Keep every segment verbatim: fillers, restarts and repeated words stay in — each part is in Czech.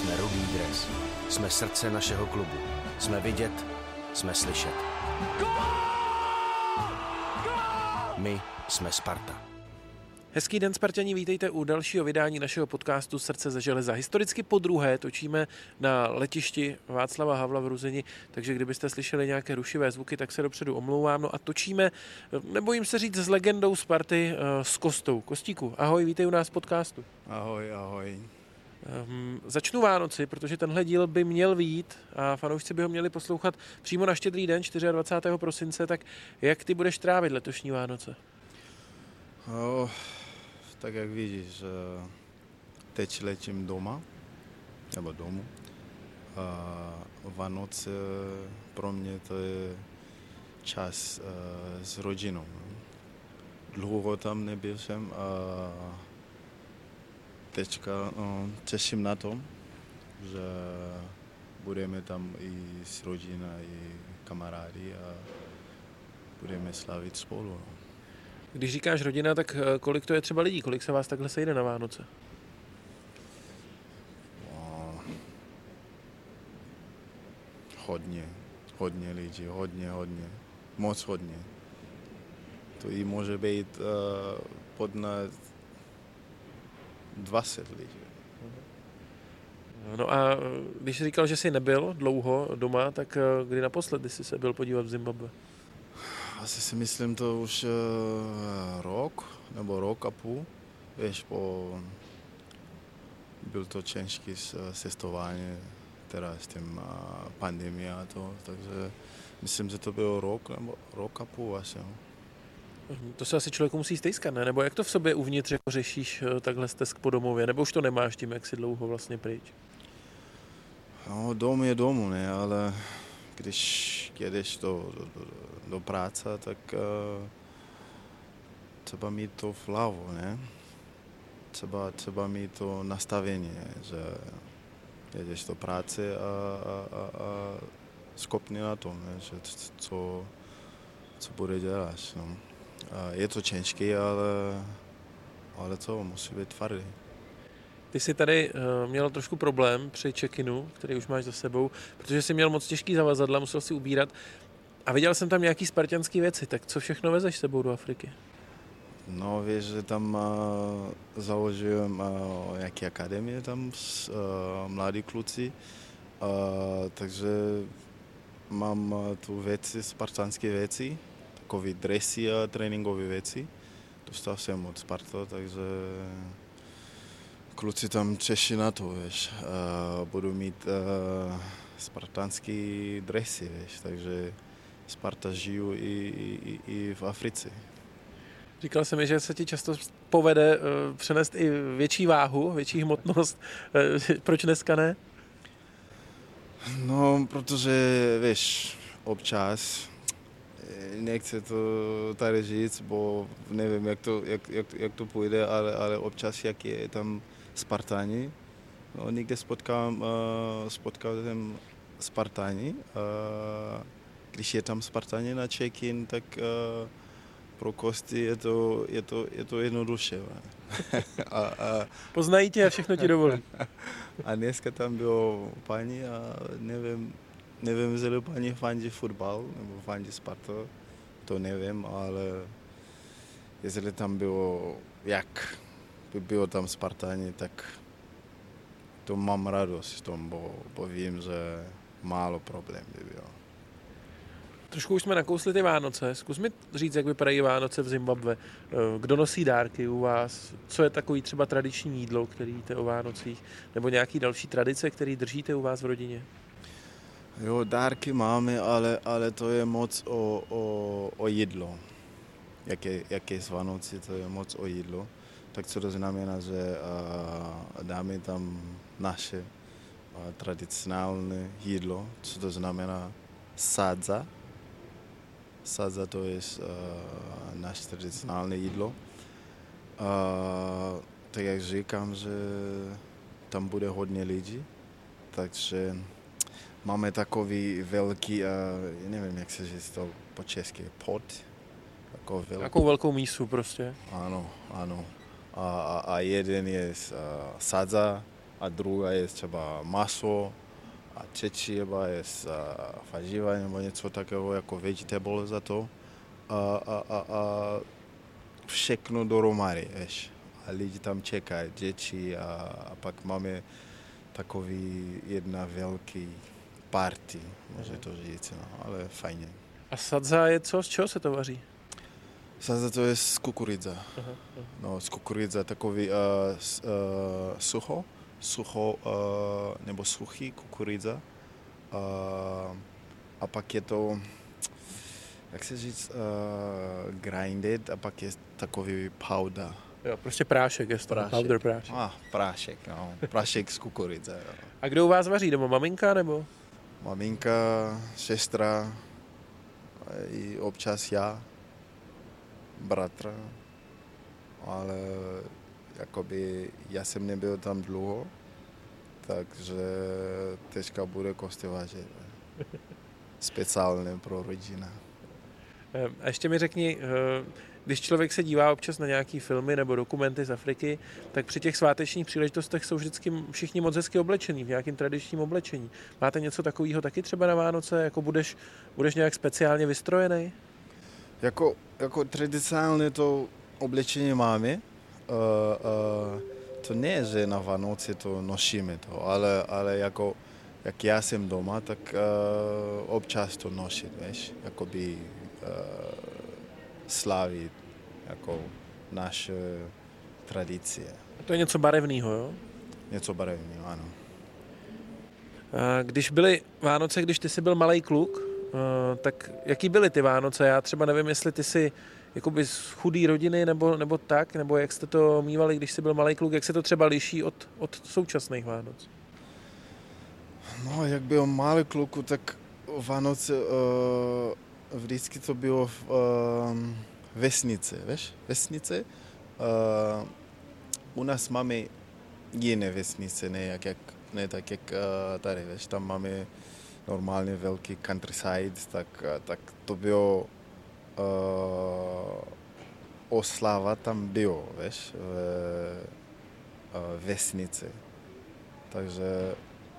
Jsme Rudý dres. Jsme srdce našeho klubu. Jsme vidět, jsme slyšet. My jsme Sparta. Hezký den, Sparťani, vítejte u dalšího vydání našeho podcastu Srdce ze železa. Historicky podruhé točíme na letišti Václava Havla v Ruzini, takže kdybyste slyšeli nějaké rušivé zvuky, tak se dopředu omlouvám. No a točíme, nebojím se říct, s legendou Sparty, s Kostou. Kostíku, ahoj, vítej u nás v podcastu. Ahoj, ahoj. Um, začnu Vánoci, protože tenhle díl by měl vyjít a fanoušci by ho měli poslouchat přímo na Štědrý den, dvacátého čtvrtého prosince, tak jak ty budeš trávit letošní Vánoce? Oh, tak jak vidíš, teď letím doma, nebo domů. Vánoce pro mě to je čas s rodinou. Dlouho tam nebyl jsem a teďka no, těším na to, že budeme tam i s rodinou, i kamarády a budeme slavit spolu. No. Když říkáš rodina, tak kolik to je třeba lidí? Kolik se vás takhle sejde na Vánoce? No, hodně, hodně lidí, hodně, hodně, moc hodně. To i může být uh, pod na dvacet lidí. No a když jsi říkal, že jsi nebyl dlouho doma, tak kdy naposledy jsi se byl podívat v Zimbabwe? Asi si myslím to už uh, rok, nebo rok a půl. Víš, po... byl to těžký cestování, teda s tím uh, pandemie a to, takže myslím, že to bylo rok, nebo rok a půl asi. No. To se asi člověku musí stejskat, ne? Nebo jak to v sobě uvnitř jako řešíš takhle stesk po domově? Nebo už to nemáš tím, jak jsi dlouho vlastně pryč? No, dom je domů, ne, ale když jedeš do, do, do, do práce, tak uh, třeba mít to v hlavu, ne? Třeba, třeba mít to nastavení, že jedeš do práce a, a, a, a schopný na tom, ne? Že co, co bude dělat. No. Je to těžké, ale, ale to musí být tvrdý. Ty jsi tady uh, měl trošku problém při check-inu, který už máš za sebou, protože jsi měl moc těžký zavazadla, musel si ubírat a viděl jsem tam nějaký spartanský věci, tak co všechno vezeš s sebou do Afriky? No víš, že tam uh, založím uh, nějaké akademie tam s uh, mladí kluci, uh, takže mám uh, tu věci, spartanské věci, takové dresy a tréninkové věci. Dostal jsem od Sparta, takže kluci tam těší na to, víš. Uh, budu mít uh, spartanské dresy, víš, takže Sparta žiju i, i, i v Africe. Říkal jsem mi, že se ti často povede uh, přenést i větší váhu, větší hmotnost. Uh, proč dneska ne? No, protože, víš, občas nechci to tady říct, bo nevím, jak to, jak, jak, jak to půjde, ale, ale občas, jak je tam Spartani, no, někde spotkám, uh, spotkal jsem Spartani, uh, když je tam Spartani na check-in, tak uh, pro Kosty je to, je to, je to jednoduše. a, a, Poznají tě a všechno ti dovolí. A dneska tam bylo paní a nevím, nevím, jestli paní fandí fotbal nebo fandí Sparta, to nevím, ale jestli tam bylo, jak by bylo tam Spartani, tak to mám radost v tom, bo, bo vím, že málo problém by bylo. Trošku už jsme nakousli ty Vánoce. Zkus mi říct, jak vypadají Vánoce v Zimbabwe. Kdo nosí dárky u vás? Co je takový třeba tradiční jídlo, který jíte o Vánocích? Nebo nějaký další tradice, který držíte u vás v rodině? Jo, dárky máme, ale, ale to je moc o, o, o jídlo. Jak je, jak je s Vánoci, to je moc o jídlo. Tak co to znamená, že a, dáme tam naše a, tradicionální jídlo, co to znamená sadza. Sadza to je uh, naše tradicionální jídlo. Uh, tak jak říkám, že tam bude hodně lidí, takže máme takový velký, uh, nevím, jak se říct to po česky, pot. Jako velký. Takovou velkou mísu prostě. Ano, ano. A, a, a jeden je uh, sadza a druhá je třeba maso a třetí je faživa nebo něco takového jako vegetable za to a, a, a, a všechno dohromady, víš. A lidi tam čekají, děti a, a pak máme takový jedna velký party, může to říct, no, ale fajně. A sadza je co? Z čeho se to vaří? Sadza to je z kukuridza. Aha, aha. No, z kukuridza takový uh, s, uh, sucho, sucho uh, nebo suchý kukuridza. Uh, a pak je to, jak se říct, uh, grinded a pak je takový powder. Jo, prostě prášek je to, powder prášek. Ah, prášek, no, prášek z kukuridza. Jo. A kdo u vás vaří, doma maminka nebo? Maminka, sestra, i občas já, bratra, ale jakoby já jsem nebyl tam dlouho, takže teďka bude kosty vařit. Speciálně pro rodinu. A ještě mi řekni, když člověk se dívá občas na nějaký filmy nebo dokumenty z Afriky, tak při těch svátečních příležitostech jsou vždycky všichni moc hezky oblečení, v nějakém tradičním oblečení. Máte něco takového taky třeba na Vánoce? Jako budeš, budeš nějak speciálně vystrojený? Jako, jako tradicionálně to oblečení máme. Uh, uh, to ne, že na Vánoce to nosíme, to, ale, ale jako jak já jsem doma, tak uh, občas to nosím, víš, jakoby uh, slavit jako naše tradice. To je něco barevného, jo? Něco barevného, ano. Když byly Vánoce, když ty jsi byl malej kluk, tak jaký byly ty Vánoce? Já třeba nevím, jestli ty jsi jakoby z chudý rodiny nebo, nebo tak, nebo jak jste to mívali, když jsi byl malej kluk, jak se to třeba liší od, od současných Vánoc? No, jak byl malý kluku, tak Vánoce uh, vždycky to bylo v uh, vesnici, víš? Vesnice. Uh, u nás máme jiné vesnice, ne, jak, jak, ne tak jak uh, tady, víš? Tam máme normálně velký countryside, tak, uh, tak to bylo uh, oslava tam bylo, víš? V uh, vesnici. Takže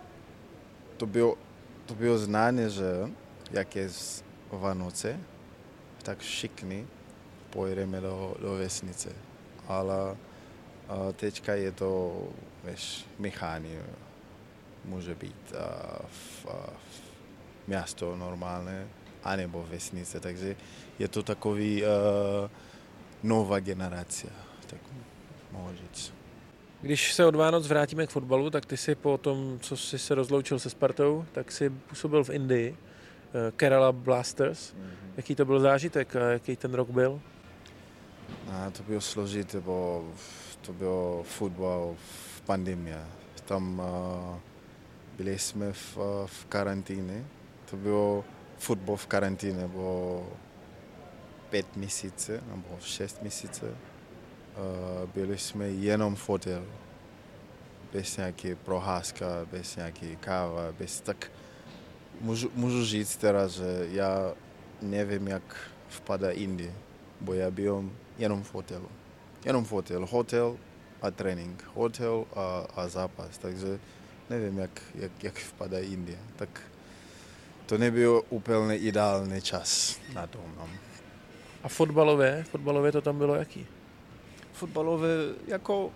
to bylo, to bylo známe, že jak je z Vánoce, tak všichni pojedeme do, do vesnice. Ale teďka je to, víš, mechání. Může být v, v město normálně, anebo vesnice. Takže je to takový uh, nová generace, tak mohu říct. Když se od Vánoc vrátíme k fotbalu, tak ty si po tom, co jsi se rozloučil se Spartou, tak si působil v Indii, Kerala Blasters. Mm-hmm. Jaký to byl zážitek a jaký ten rok byl? No, to bylo složité, bo to byl fotbal v pandemii. Tam uh, byli jsme v, v karanténě. To bylo fotbal v karanténě, bo pět měsíců nebo šest měsíců. Uh, byli jsme jenom v hotelu. Bez nějaké procházka, bez nějaké káva, bez tak... Můžu, můžu říct teda, že já nevím, jak vpadá Indie, bo já byl jenom v hotelu. Jenom v hotelu. Hotel a trénink. Hotel a, a zápas. Takže nevím, jak, jak, jak vpadá Indie. Tak to nebyl úplně ideální čas na tom. No. A fotbalové? Fotbalové to tam bylo jaký? Fotbalové jako...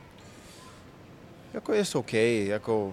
Jako je OK, jako...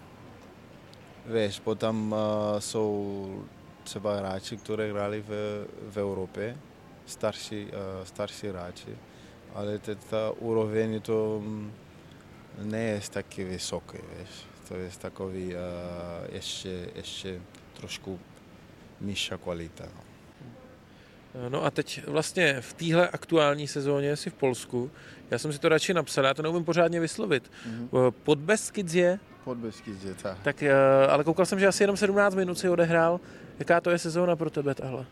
Víš, potom uh, jsou třeba hráči, kteří hráli v, v Evropě, starší, uh, starší hráči, ale teď ta úroveň to ne je taky vysoký, víš. To je takový uh, ještě, ještě trošku nižší kvalita. No. No a teď vlastně v téhle aktuální sezóně jsi v Polsku. Já jsem si to radši napsal, já to neumím pořádně vyslovit. Mm-hmm. Podbeskidzie? Podbeskidzie, tak. Tak, ale koukal jsem, že asi jenom sedmnáct minut si odehrál. Jaká to je sezóna pro tebe tahle?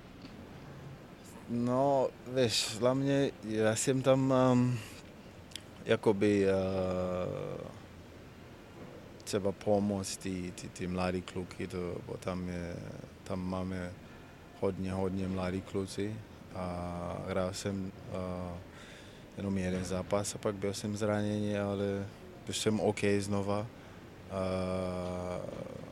No, víš, dla mě, já jsem tam um, jakoby uh, třeba pomoct ty, ty, ty mladí kluky, to, bo tam, je, tam máme hodně, hodně mladí kluci a hrál jsem uh, jenom jeden zápas a pak byl jsem zraněný, ale byl jsem OK znova. Uh,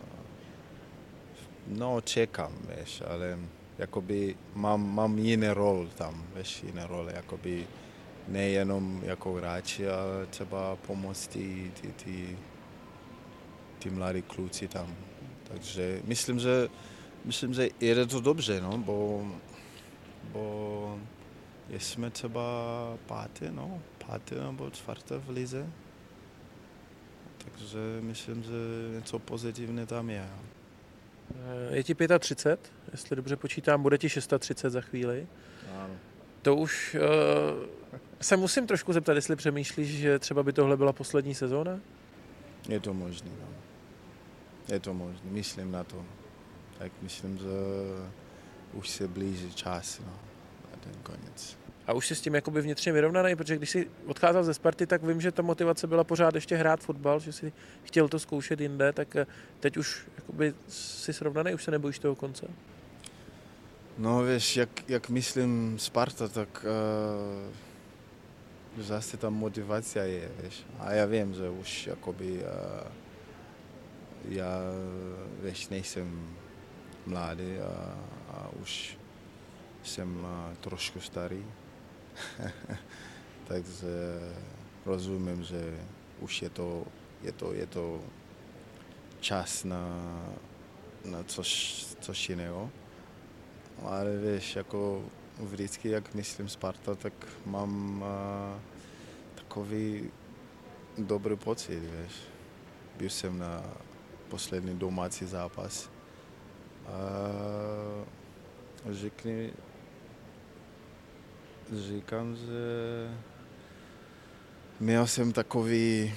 no, čekám, víš, ale jakoby mám, mám jiný rol tam, víš, jiné role, jakoby nejenom jako hráči, ale třeba pomoct ty, ty, ty, ty mladí kluci tam. Takže myslím, že, myslím, že jede to dobře, no, bo, bo jsme třeba páté, no, páté nebo čtvrté v lize. Takže myslím, že něco pozitivné tam je. Je ti třicet pět, jestli dobře počítám, bude ti třicet šest za chvíli. Ano. To už uh, se musím trošku zeptat, jestli přemýšlíš, že třeba by tohle byla poslední sezóna? Je to možné, no. Je to možné, myslím na to. Tak myslím, že už se blíží čas, no, na ten konec. A už jsi s tím jakoby vnitřně vyrovnaný, protože když jsi odcházel ze Sparty, tak vím, že ta motivace byla pořád ještě hrát fotbal, že jsi chtěl to zkoušet jinde, tak teď už jakoby jsi srovnaný, už se nebojíš toho konce? No víš, jak, jak myslím Sparta, tak uh, zase ta motivace je, víš. A já vím, že už jakoby uh, já, víš, nejsem mladý a, a už jsem uh, trošku starý. Takže rozumím, že už je to, je to, je to čas na, na coś, coś jiného. Ale víš, jako vždycky, jak myslím Sparta, tak mám uh, takový dobrý pocit, víš. Byl jsem na poslední domácí zápas. Uh, řekni, říkám, že měl jsem takový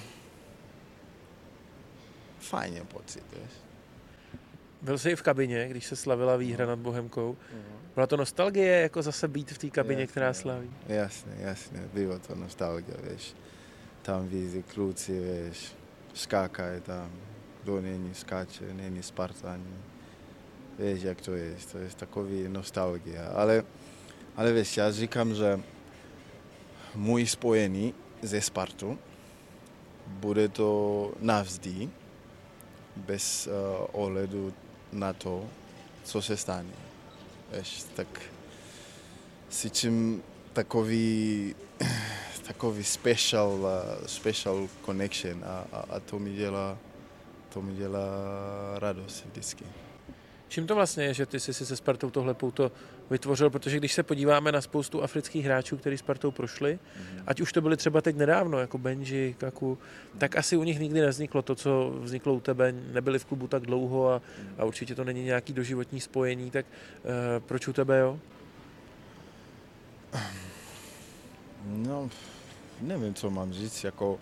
fajný pocit, víš. Byl jsi i v kabině, když se slavila výhra nad Bohemkou. Byla to nostalgie, jako zase být v té kabině, jasně, která slaví? Jasně, jasně, bylo to nostalgie, víš. Tam víš, kluci, víš, skákají tam, kdo není skáče, není Spartan. Víš, jak to je, to je takový nostalgie. Ale, ale víš, já říkám, že můj spojení ze Spartu bude to navždy, bez uh, ohledu na to, co se stane. Víš, tak si čím takový, takový special, uh, special connection a, a, a to mi dělá, to mi dělá radost vždycky. Čím to vlastně je, že ty jsi si se Spartou tohle pouto vytvořil, protože když se podíváme na spoustu afrických hráčů, kteří Spartou prošli, mm-hmm. ať už to byli třeba teď nedávno, jako Benji, Kaku, tak asi u nich nikdy nevzniklo to, co vzniklo u tebe, nebyli v klubu tak dlouho a, a určitě to není nějaký doživotní spojení, tak uh, proč u tebe, jo? No, nevím, co mám říct, jako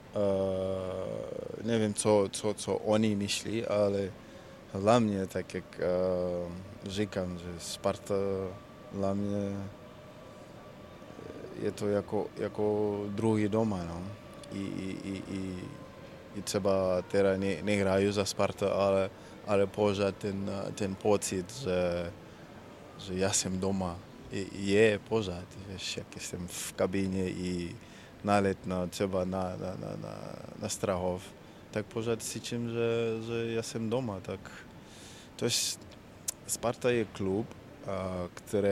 uh, nevím, co, co, co oni myslí, ale hlavně, tak jak uh, říkám, že Sparta hlavně je to jako, jako druhý doma, no. I, i, i, i, i třeba teda ne, nehraju za Sparta, ale, ale pořád ten, ten pocit, že, že já jsem doma, je pořád, víš, jak jsem v kabině i na Letno, třeba na, na, na, na, na Strahov, tak pořád cítím, že, že já jsem doma. Tak to je, Sparta je klub, který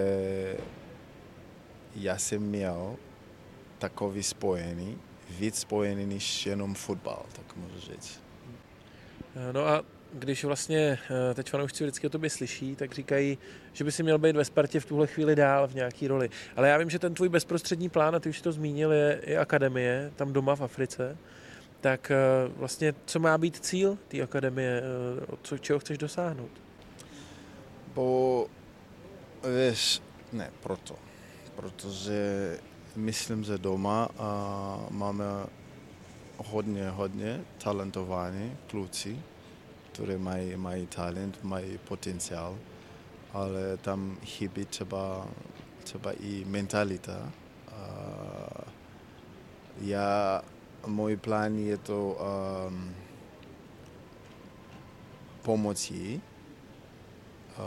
já jsem měl takový spojený, víc spojený než jenom fotbal, tak můžu říct. No a když vlastně teď fanoušci vždycky o tobě slyší, tak říkají, že by si měl být ve Spartě v tuhle chvíli dál v nějaký roli. Ale já vím, že ten tvůj bezprostřední plán, a ty už to zmínil, je, je akademie, tam doma v Africe. Tak vlastně, co má být cíl té akademie, co, čeho chceš dosáhnout? Bo, víš, ne, proto. Protože myslím, že doma a máme hodně, hodně talentovaní kluci, kteří mají, mají talent, mají potenciál, ale tam chybí třeba, třeba i mentalita. A já, můj plán je to um, pomoci uh,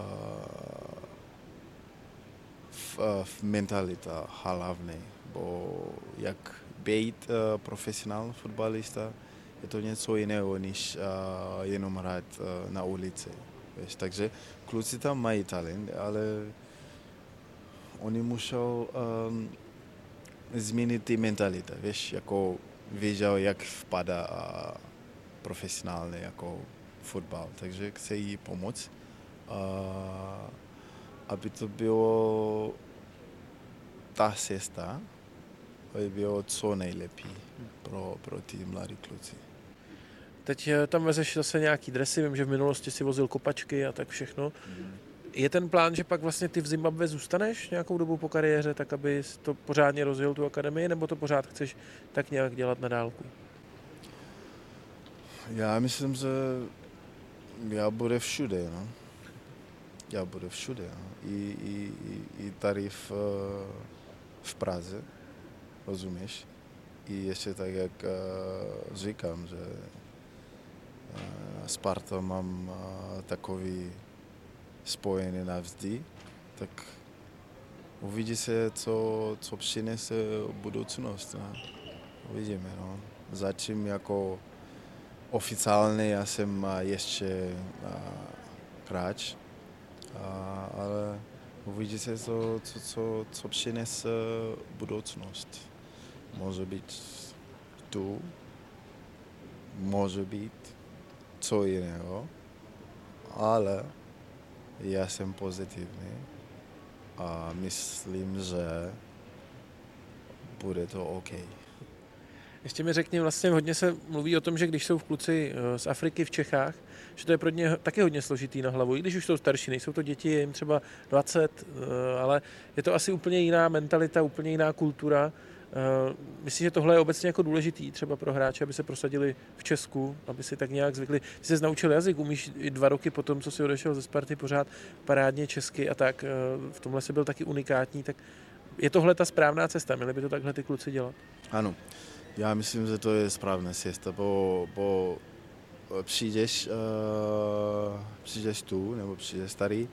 v, v mentalita hlavně, bo jak být uh, profesionální fotbalista je to něco jiného, než uh, jenom hrát uh, na ulici. Víš? Takže kluci tam mají talent, ale oni musou um, změnit ty mentality, víš, jako věděl, jak vpadá uh, profesionálně jako fotbal, takže chci jí pomoct, uh, aby to bylo ta cesta, aby bylo co nejlepší pro, pro ty mladí kluci. Teď tam vezeš zase nějaký dresy, vím, že v minulosti si vozil kopačky a tak všechno. Mm. Je ten plán, že pak vlastně ty v Zimbabwe zůstaneš nějakou dobu po kariéře, tak aby to pořádně rozjel tu akademii, nebo to pořád chceš tak nějak dělat na dálku? Já myslím, že já budu všude, no. Já budu všude, no. I, i, i, i tady v, v Praze, rozumíš? I ještě tak, jak uh, říkám, že uh, Sparta mám uh, takový spojený navždy, tak uvidí se, co, co přinese budoucnost. No. Uvidíme, no. Zatím jako oficiálně já jsem ještě hráč, ale uvidí se, co, co, co, co přinese budoucnost. Může být tu, může být co jiného, ale já jsem pozitivní a myslím, že bude to OK. Ještě mi řekni, vlastně hodně se mluví o tom, že když jsou v kluci z Afriky v Čechách, že to je pro ně taky hodně složitý na hlavu, i když už jsou starší, nejsou to děti, je jim třeba dvacet, ale je to asi úplně jiná mentalita, úplně jiná kultura. Myslím, že tohle je obecně jako důležitý třeba pro hráče, aby se prosadili v Česku, aby si tak nějak zvykli. Ty jsi naučil jazyk, umíš i dva roky po tom, co jsi odešel ze Sparty, pořád parádně česky a tak. V tomhle jsi byl taky unikátní, tak je tohle ta správná cesta? Měli by to takhle ty kluci dělat? Ano, já myslím, že to je správná cesta, bo, bo přijdeš, uh, přijdeš tu, nebo přijdeš starý,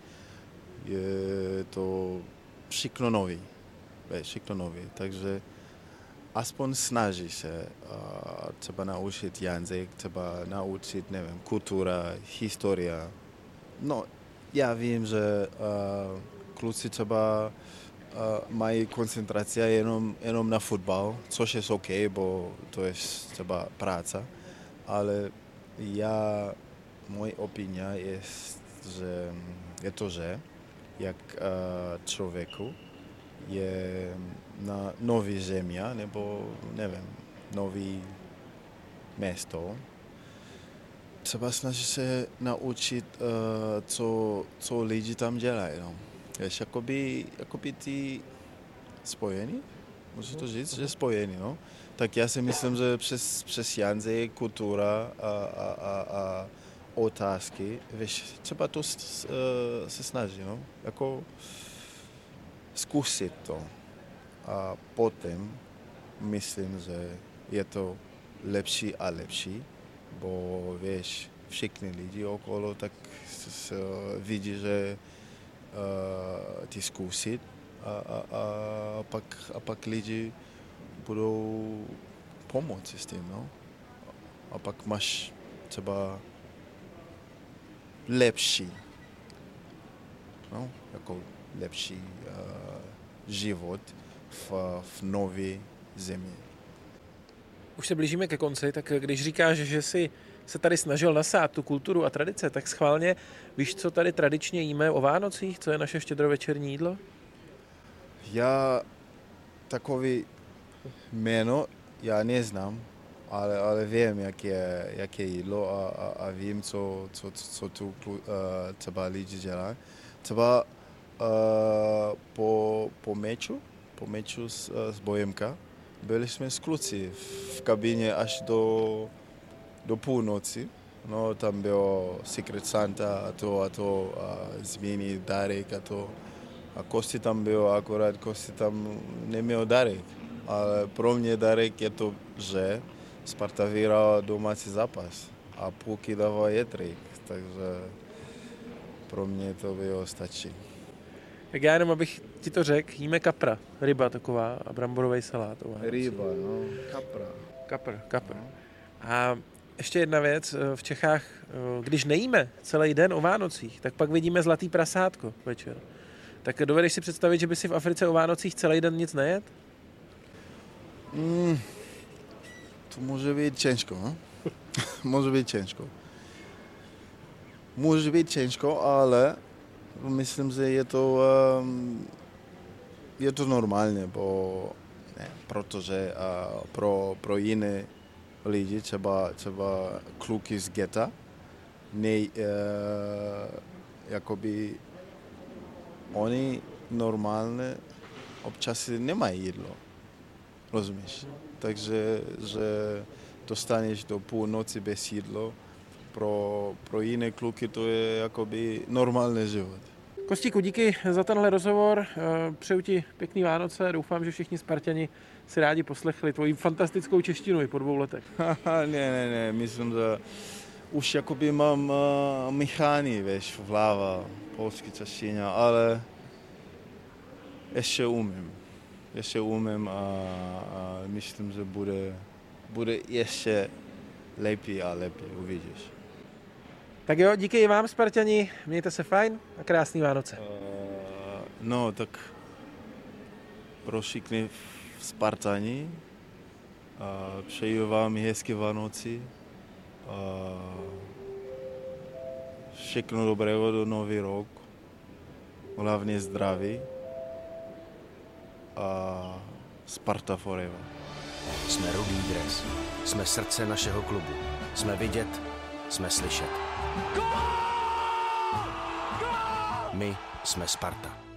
je to všechno nový, všechno nový, takže aspoň snaží se uh, třeba naučit jazyk, třeba naučit, nevím, kultura, historie. No, já vím, že uh, kluci třeba uh, mají koncentraci jenom, jenom na fotbal, což je OK, bo to je třeba práce, ale já, můj opinie je, že je to, že jak uh, člověku je na nový země, nebo nevím, nový město. Třeba snaží se naučit, uh, co, co lidi tam dělají. No. Jež, jakoby, jakoby ty spojení, můžu to říct, že spojení, no. Tak já si myslím, že přes, přes jazyk, kultura a, a, a, a otázky, víš, třeba to s, uh, se snaží, no. Jako zkusit to. A potom myslím, že je to lepší a lepší, bo víš, všichni lidi okolo tak s, vidí, že uh, ty zkusit a, a, a, pak, a pak lidi budou pomoci s tím, no. A pak máš třeba lepší, no, jako lepší uh, život v, v nové zemi. Už se blížíme ke konci, tak když říkáš, že jsi se tady snažil nasát tu kulturu a tradice, tak schválně víš, co tady tradičně jíme o Vánocích, co je naše štědrovečerní jídlo? Já takový jméno já neznám, ale, ale vím, jak je, jak je jídlo a, a, a vím, co, co, co tu uh, třeba lidi dělají. Třeba uh, po, po meču, po meču s, s Bohemka, byli jsme s kluci v kabině až do, do půlnoci. No, tam bylo Secret Santa a to a to a změnit dárek a to. A Kosti tam byl, akorát Kosti tam neměl dárek. Ale pro mě dárek je to, že Sparta vyhrala domácí zápas a půlky dává jetrik, takže pro mě to bylo stačí. Tak já jenom, abych ti to řekl, jíme kapra, ryba taková a bramborový salát. Ryba, no, kapra. Kapr, kapr. No. A ještě jedna věc, v Čechách, když nejíme celý den o Vánocích, tak pak vidíme zlatý prasátko večer. Tak dovedeš si představit, že by si v Africe o Vánocích celý den nic nejet? Mm, to může být těžko, no? Může být těžko. Může být těžko, ale myslím, že je to, um, je to normálně, bo, ne, protože uh, pro, pro jiné lidi, třeba, třeba kluky z geta, nej, uh, jakoby oni normálně občas nemají jídlo, rozumíš? Takže že dostaneš do půlnoci bez jídlo, pro, pro jiné kluky to je jakoby normální život. Kostíku, díky za tenhle rozhovor, přeju ti pěkný Vánoce, doufám, že všichni Sparťani si rádi poslechli tvoji fantastickou češtinu i po dvou letech. ne, ne, ne, myslím, že už jakoby mám uh, mechání, víš, v hlava, polský čeština, ale ještě umím. Ještě umím a, a myslím, že bude, bude ještě lepší a lepší, uvidíš. Tak jo, díky i vám, Sparťani, mějte se fajn a krásný Vánoce. Uh, no, tak pro všichni Spartani, uh, přeju vám hezké Vánoci, uh, všechno dobrého do nový rok, hlavně zdraví a Sparta forever. Jsme Rudý dres, jsme srdce našeho klubu, jsme vidět, jsme slyšet. My jsme Sparta.